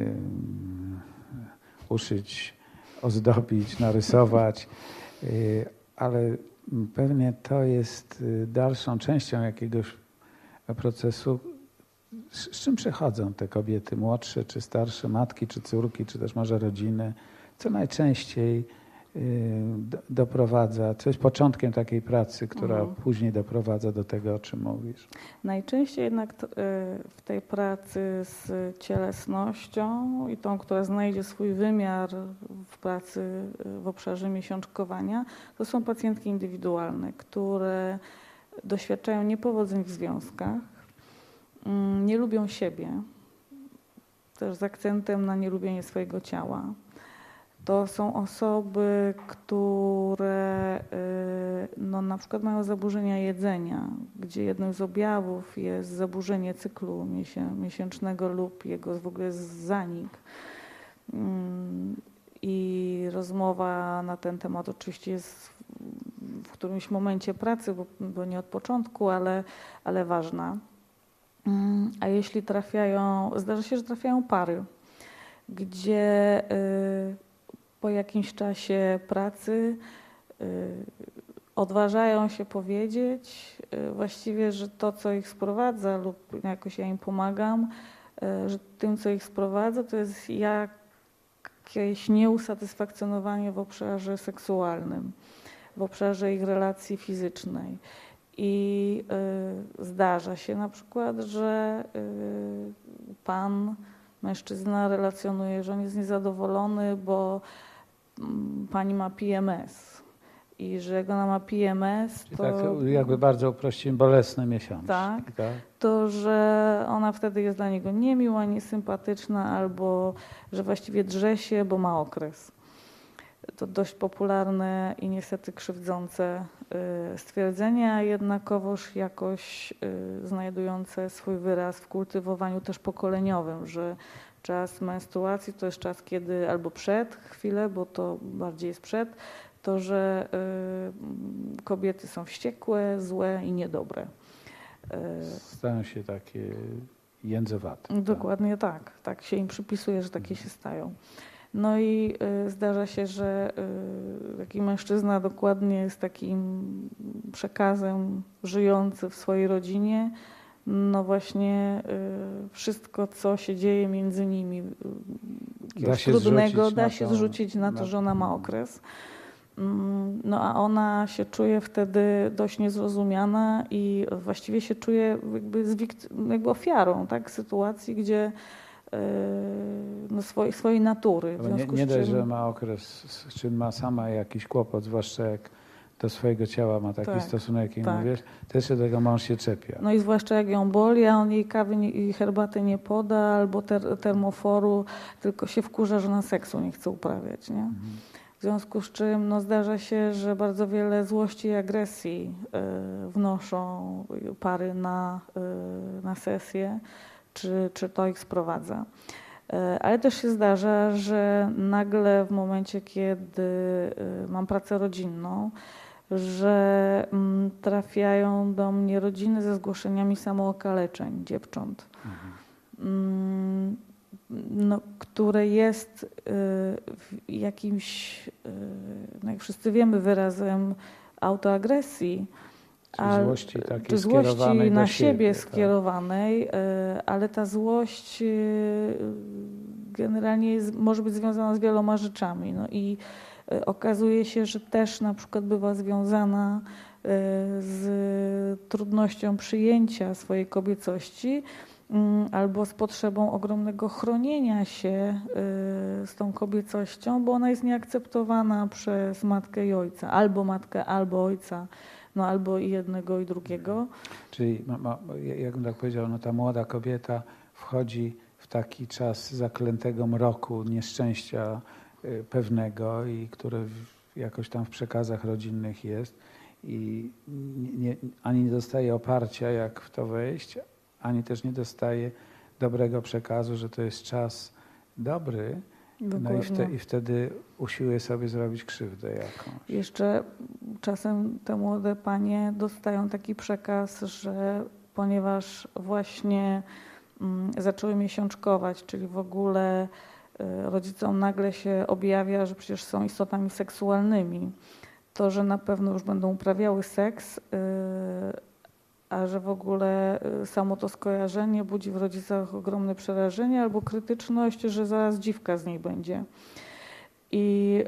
uszyć, ozdobić, narysować, yy, ale pewnie to jest dalszą częścią jakiegoś procesu, z, z czym przechodzą te kobiety młodsze, czy starsze, matki, czy córki, czy też może rodziny, co najczęściej do, doprowadza, co jest początkiem takiej pracy, która mhm. później doprowadza do tego, o czym mówisz. Najczęściej jednak t, w tej pracy z cielesnością i tą, która znajdzie swój wymiar w pracy w obszarze miesiączkowania, to są pacjentki indywidualne, które doświadczają niepowodzeń w związkach, nie lubią siebie, też z akcentem na nielubienie swojego ciała. To są osoby, które no, na przykład mają zaburzenia jedzenia, gdzie jednym z objawów jest zaburzenie cyklu miesięcznego lub jego w ogóle zanik. I rozmowa na ten temat oczywiście jest w którymś momencie pracy, bo, bo nie od początku, ale, ale ważna. A jeśli trafiają, zdarza się, że trafiają pary, gdzie y, po jakimś czasie pracy y, odważają się powiedzieć y, właściwie, że to, co ich sprowadza lub jakoś ja im pomagam, y, że tym, co ich sprowadza, to jest jakieś nieusatysfakcjonowanie w obszarze seksualnym, w obszarze ich relacji fizycznej. I y, zdarza się na przykład, że y, pan, mężczyzna relacjonuje, że on jest niezadowolony, bo y, pani ma P M S i że jak ona ma P M S, czyli to tak jakby bardzo uprościłem, bolesne miesiące. Tak, tak, to że ona wtedy jest dla niego niemiła, niesympatyczna albo że właściwie drze się, bo ma okres. To dość popularne i niestety krzywdzące stwierdzenia, a jednakowoż jakoś znajdujące swój wyraz w kultywowaniu też pokoleniowym, że czas menstruacji to jest czas, kiedy albo przed chwilę, bo to bardziej jest przed, to, że kobiety są wściekłe, złe i niedobre. Stają się takie jędzowate. Dokładnie tak. tak. Tak się im przypisuje, że takie się stają. No i y, zdarza się, że y, taki mężczyzna dokładnie z takim przekazem żyjący w swojej rodzinie, no właśnie y, wszystko, co się dzieje między nimi, y, da się trudnego, da się to, zrzucić na to, na... że ona ma okres. No a ona się czuje wtedy dość niezrozumiana i właściwie się czuje jakby, zwikt- jakby ofiarą tak, sytuacji, gdzie no, swojej, swojej natury. W związku nie nie dość, czym... że ma okres, z czym ma sama jakiś kłopot, zwłaszcza jak do swojego ciała ma taki tak, stosunek, jaki tak. mówisz, to jeszcze tego mąż się czepia. No i zwłaszcza jak ją boli, a on jej kawy nie, i herbaty nie poda albo ter, termoforu, tylko się wkurza, że na seksu nie chce uprawiać. Nie? Mhm. W związku z czym no, zdarza się, że bardzo wiele złości i agresji y, wnoszą pary na, y, na sesję, czy, czy to ich sprowadza. Ale też się zdarza, że nagle w momencie, kiedy mam pracę rodzinną, że trafiają do mnie rodziny ze zgłoszeniami samookaleczeń dziewcząt, mhm. no, które jest jakimś, no jak wszyscy wiemy, wyrazem autoagresji, Czy złości, takiej czy złości na siebie, siebie tak. skierowanej, ale ta złość generalnie jest, może być związana z wieloma rzeczami. No i okazuje się, że też na przykład bywa związana z trudnością przyjęcia swojej kobiecości albo z potrzebą ogromnego chronienia się z tą kobiecością, bo ona jest nieakceptowana przez matkę i ojca, albo matkę, albo ojca. No albo i jednego, i drugiego. Czyli, jakbym tak powiedział, no ta młoda kobieta wchodzi w taki czas zaklętego mroku, nieszczęścia pewnego, i który jakoś tam w przekazach rodzinnych jest i nie, ani nie dostaje oparcia, jak w to wejść, ani też nie dostaje dobrego przekazu, że to jest czas dobry. Dokładnie. No i, wte, i wtedy usiłuje sobie zrobić krzywdę jakąś. Jeszcze czasem te młode panie dostają taki przekaz, że ponieważ właśnie mm, zaczęły miesiączkować, czyli w ogóle y, rodzicom nagle się objawia, że przecież są istotami seksualnymi. To, że na pewno już będą uprawiały seks, y, a że w ogóle y, samo to skojarzenie budzi w rodzicach ogromne przerażenie albo krytyczność, że zaraz dziwka z niej będzie. I,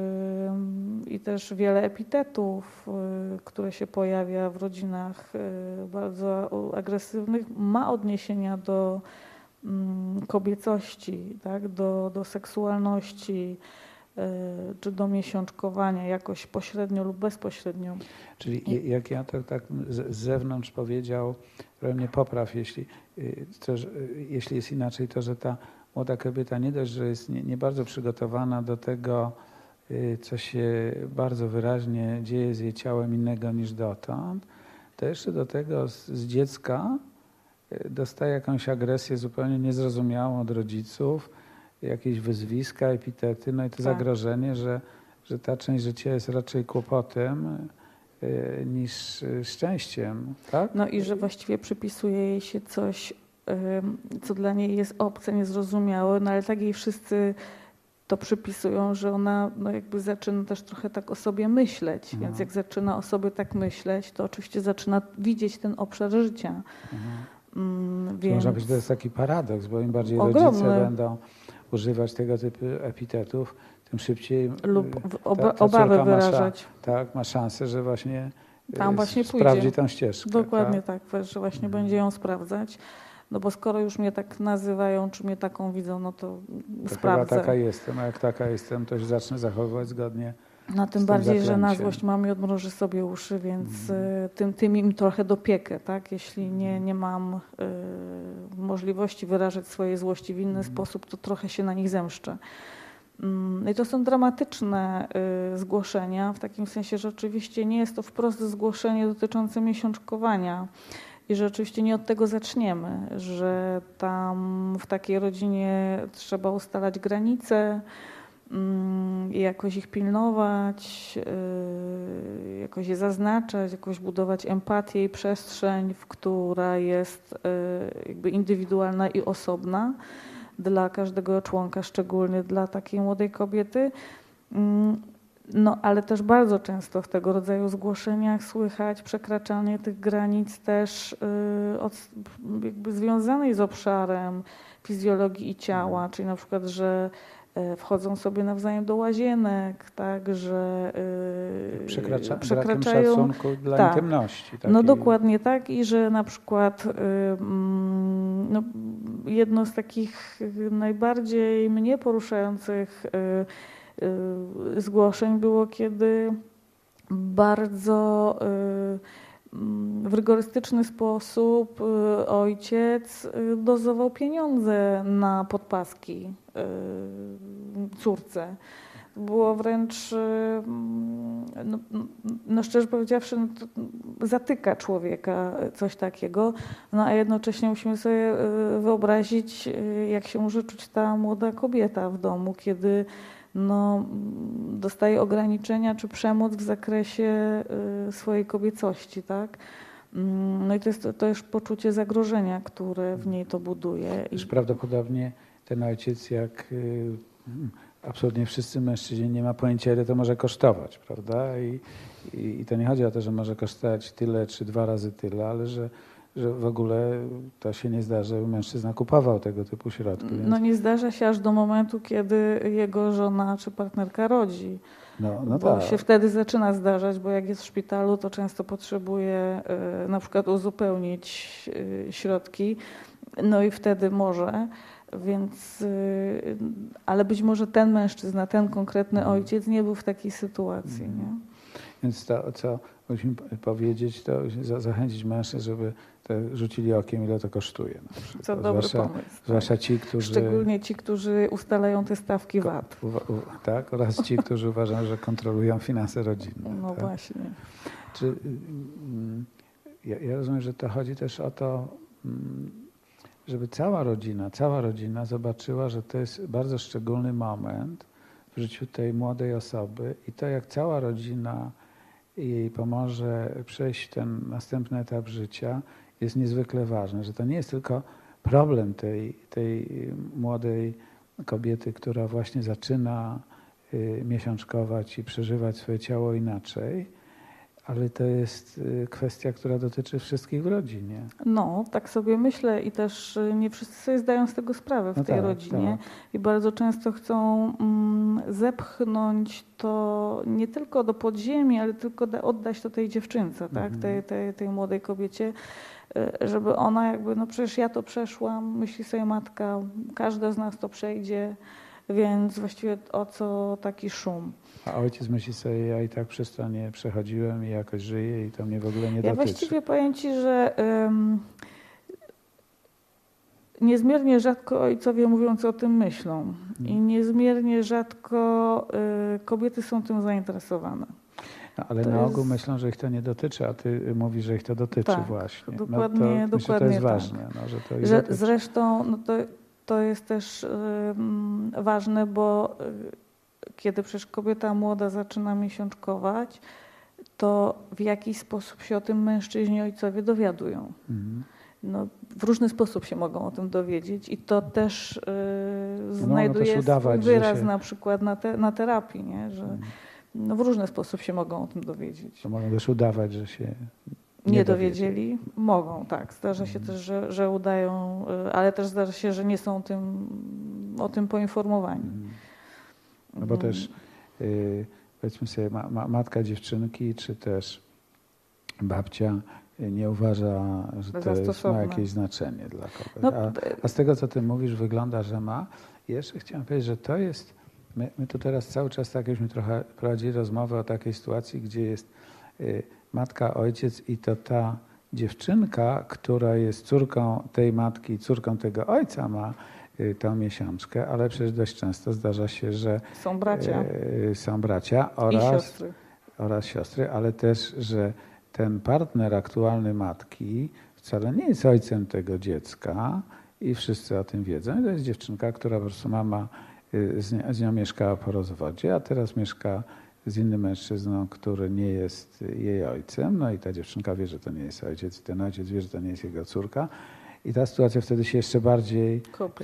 y, I też wiele epitetów, y, które się pojawia w rodzinach y, bardzo agresywnych, ma odniesienia do y, kobiecości, tak? do, do seksualności, y, czy do miesiączkowania jakoś pośrednio lub bezpośrednio. Czyli jak ja to tak z zewnątrz powiedział, trochę mnie popraw, jeśli, to, że, jeśli jest inaczej, to że ta młoda kobieta nie dość, że jest nie, nie bardzo przygotowana do tego, co się bardzo wyraźnie dzieje z jej ciałem innego niż dotąd, to jeszcze do tego z, z dziecka dostaje jakąś agresję zupełnie niezrozumiałą od rodziców, jakieś wyzwiska, epitety, no i to tak. zagrożenie, że, że ta część życia jest raczej kłopotem niż szczęściem, tak? No i że właściwie przypisuje jej się coś, co dla niej jest obce, niezrozumiałe, no ale tak jej wszyscy to przypisują, że ona no jakby zaczyna też trochę tak o sobie myśleć, mhm. więc jak zaczyna o sobie tak myśleć, to oczywiście zaczyna widzieć ten obszar życia. Mhm. Mm, więc... Można powiedzieć, że to jest taki paradoks, bo im bardziej ogromny. rodzice będą używać tego typu epitetów, tym szybciej lub ob ta, ta obawy ma wyrażać. Sza, tak, ma szansę, że właśnie, tam właśnie sprawdzi pójdzie. tę ścieżkę. Dokładnie tak, tak że właśnie mhm. będzie ją sprawdzać. No bo skoro już mnie tak nazywają, czy mnie taką widzą, no to, to sprawdzę. Chyba taka jestem, a jak taka jestem, to się zacznę zachowywać zgodnie No tym z bardziej, tym że na złość mamy odmroży sobie uszy, więc mm. tym, tym im trochę dopiekę, tak? Jeśli nie, nie mam y, możliwości wyrażać swojej złości w inny mm. sposób, to trochę się na nich zemszczę. No i to są dramatyczne y, zgłoszenia, w takim sensie, że oczywiście nie jest to wprost zgłoszenie dotyczące miesiączkowania i że oczywiście nie od tego zaczniemy, że tam w takiej rodzinie trzeba ustalać granice, i jakoś ich pilnować, jakoś je zaznaczać, jakoś budować empatię i przestrzeń, która jest jakby indywidualna i osobna dla każdego członka, szczególnie dla takiej młodej kobiety. No ale też bardzo często w tego rodzaju zgłoszeniach słychać przekraczanie tych granic też od, jakby związanej z obszarem fizjologii i ciała, czyli na przykład, że wchodzą sobie nawzajem do łazienek, tak, że yy, Przekracza, przekraczają szacunku dla tak, intymności. Takiej. No dokładnie tak i że na przykład yy, no, jedno z takich najbardziej mnie poruszających yy, yy, zgłoszeń było, kiedy bardzo yy, w rygorystyczny sposób ojciec dozował pieniądze na podpaski córce. Było wręcz, no, no szczerze powiedziawszy, no zatyka człowieka coś takiego, no a jednocześnie musimy sobie wyobrazić, jak się może czuć ta młoda kobieta w domu, kiedy no, dostaje ograniczenia czy przemoc w zakresie y, swojej kobiecości, tak? No i to jest to jest poczucie zagrożenia, które w niej to buduje. Już prawdopodobnie ten ojciec, jak y, absolutnie wszyscy mężczyźni, nie ma pojęcia, ile to może kosztować, prawda? I, i, i to nie chodzi o to, że może kosztować tyle czy dwa razy tyle, ale że że w ogóle to się nie zdarza, żeby mężczyzna kupował tego typu środki. Więc... No nie zdarza się aż do momentu, kiedy jego żona czy partnerka rodzi. No, no bo tak. się wtedy zaczyna zdarzać, bo jak jest w szpitalu, to często potrzebuje y, na przykład uzupełnić y, środki, no i wtedy może, więc, y, ale być może ten mężczyzna, ten konkretny hmm. ojciec nie był w takiej sytuacji. Hmm. Nie? Więc to, co musimy powiedzieć, to zachęcić mężczyzn, żeby te rzucili okiem, ile to kosztuje. Na przykład. Co dobry zwłaszcza, pomysł. Zwłaszcza tak. ci, którzy... Szczególnie ci, którzy ustalają te stawki V A T. U, u, tak, oraz ci, którzy uważają, że kontrolują finanse rodzinne. No tak? właśnie. Czy, ja, ja rozumiem, że to chodzi też o to, żeby cała rodzina, cała rodzina zobaczyła, że to jest bardzo szczególny moment w życiu tej młodej osoby i to, jak cała rodzina jej pomoże przejść ten następny etap życia jest niezwykle ważne, że to nie jest tylko problem tej, tej młodej kobiety, która właśnie zaczyna miesiączkować i przeżywać swoje ciało inaczej, ale to jest kwestia, która dotyczy wszystkich w rodzinie. No, tak sobie myślę i też nie wszyscy sobie zdają z tego sprawę w No tej tak, rodzinie tak. i bardzo często chcą mm, zepchnąć to nie tylko do podziemi, ale tylko da, oddać to tej dziewczynce, tak? Mhm. tej, tej, tej młodej kobiecie, żeby ona jakby, no przecież ja to przeszłam, myśli sobie matka, każda z nas to przejdzie, więc właściwie o co taki szum? A ojciec myśli sobie, ja i tak przez to nie przechodziłem i jakoś żyję i to mnie w ogóle nie Ja dotyczy. właściwie powiem Ci, że um, niezmiernie rzadko ojcowie mówiąc o tym myślą hmm. i niezmiernie rzadko y, kobiety są tym zainteresowane. No, ale to na ogół jest... myślą, że ich to nie dotyczy, a ty mówisz, że ich to dotyczy tak, właśnie. Dokładnie, no to, dokładnie myślę, to jest tak. ważne. No, że to że zresztą no to, to jest też y, ważne, bo y, kiedy przecież kobieta młoda zaczyna miesiączkować, to w jakiś sposób się o tym mężczyźni, ojcowie dowiadują. Mhm. No, w różny sposób się mogą o tym dowiedzieć i to też y, znajduje też udawać, swój wyraz się... na przykład na, te, na terapii, nie? Że mhm. no, w różny sposób się mogą o tym dowiedzieć. To mogą też udawać, że się nie, nie dowiedzieli. dowiedzieli. Mogą, tak. Zdarza mhm. się też, że, że udają, ale też zdarza się, że nie są tym, o tym poinformowani. Mhm. No bo też y, powiedzmy sobie ma, ma, matka dziewczynki, czy też babcia nie uważa, że to jest, ma jakieś znaczenie dla kogoś. No, a, a z tego, co ty mówisz, wygląda, że ma. I jeszcze chciałem powiedzieć, że to jest, my, my tu teraz cały czas tak jakbyśmy trochę prowadzili rozmowę o takiej sytuacji, gdzie jest y, matka, ojciec i to ta dziewczynka, która jest córką tej matki, córką tego ojca ma y, tą miesiączkę, ale przecież dość często zdarza się, że są bracia, y, są bracia oraz, I siostry. oraz siostry, ale też, że ten partner aktualny matki wcale nie jest ojcem tego dziecka i wszyscy o tym wiedzą. To jest dziewczynka, która po prostu mama z, nie, z nią mieszkała po rozwodzie, a teraz mieszka z innym mężczyzną, który nie jest jej ojcem. No i ta dziewczynka wie, że to nie jest ojciec i ten ojciec wie, że to nie jest jego córka. I ta sytuacja wtedy się jeszcze bardziej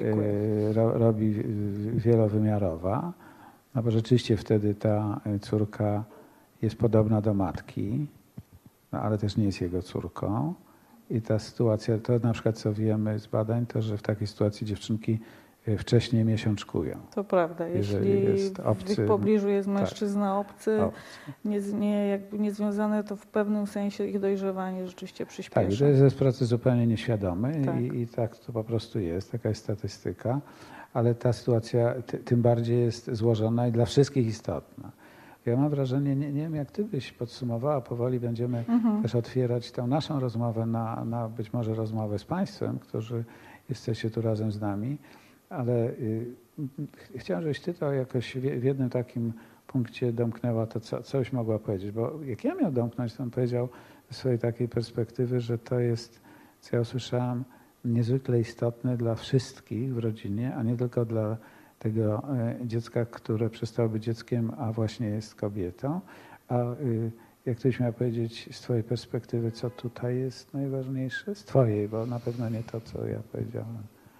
e, ro, robi wielowymiarowa, no bo rzeczywiście wtedy ta córka jest podobna do matki, no ale też nie jest jego córką. I ta sytuacja, to na przykład co wiemy z badań, to że w takiej sytuacji dziewczynki wcześniej miesiączkują. To prawda, jeśli jest obcy, w ich pobliżu jest mężczyzna tak, obcy, obcy. Nie, nie, jakby niezwiązane, to w pewnym sensie ich dojrzewanie rzeczywiście przyspiesza. Tak, i to jest proces zupełnie nieświadomy tak. I, i tak to po prostu jest, taka jest statystyka, ale ta sytuacja ty, tym bardziej jest złożona i dla wszystkich istotna. Ja mam wrażenie, nie, nie wiem jak ty byś podsumowała, powoli będziemy mhm. też otwierać tę naszą rozmowę na, na być może rozmowę z państwem, którzy jesteście tu razem z nami, ale y, chciałem, żebyś ty to jakoś w, w jednym takim punkcie domknęła to, co, co byś mogła powiedzieć, bo jak ja miał domknąć, to on powiedział ze swojej takiej perspektywy, że to jest, co ja usłyszałam, niezwykle istotne dla wszystkich w rodzinie, a nie tylko dla tego dziecka, które przestało być dzieckiem, a właśnie jest kobietą. A jak ktoś miał powiedzieć z twojej perspektywy, co tutaj jest najważniejsze? Z twojej, bo na pewno nie to, co ja powiedziałem.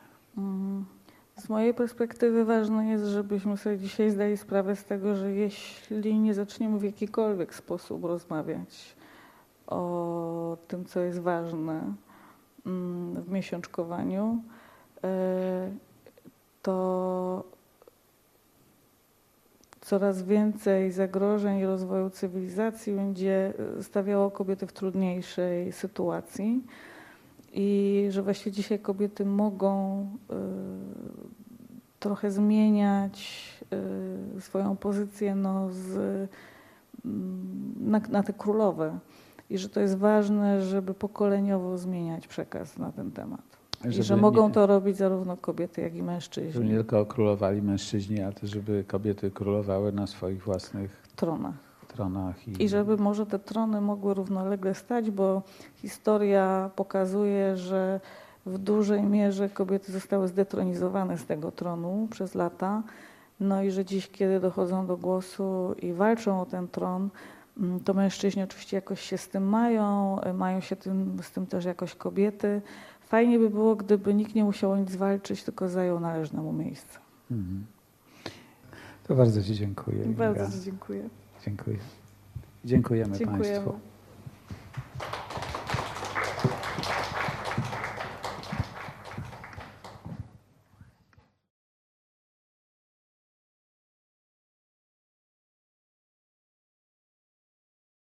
Z mojej perspektywy ważne jest, żebyśmy sobie dzisiaj zdali sprawę z tego, że jeśli nie zaczniemy w jakikolwiek sposób rozmawiać o tym, co jest ważne w miesiączkowaniu, to coraz więcej zagrożeń i rozwoju cywilizacji będzie stawiało kobiety w trudniejszej sytuacji i że właśnie dzisiaj kobiety mogą y, trochę zmieniać y, swoją pozycję no, z, y, na, na te królowe i że to jest ważne, żeby pokoleniowo zmieniać przekaz na ten temat. Żeby I że mogą nie, to robić zarówno kobiety, jak i mężczyźni. Żeby nie tylko królowali mężczyźni, ale też żeby kobiety królowały na swoich własnych tronach. tronach i... I żeby może te trony mogły równolegle stać, bo historia pokazuje, że w dużej mierze kobiety zostały zdetronizowane z tego tronu przez lata. No i że dziś, kiedy dochodzą do głosu i walczą o ten tron, to mężczyźni oczywiście jakoś się z tym mają, mają się tym, z tym też jakoś kobiety. Fajnie by było, gdyby nikt nie musiał o nic walczyć, tylko zajął należne mu miejsce. Mhm. To bardzo Ci dziękuję. Bardzo Inga. Ci dziękuję. Dziękuję. Dziękujemy Dziękujemy. Państwu.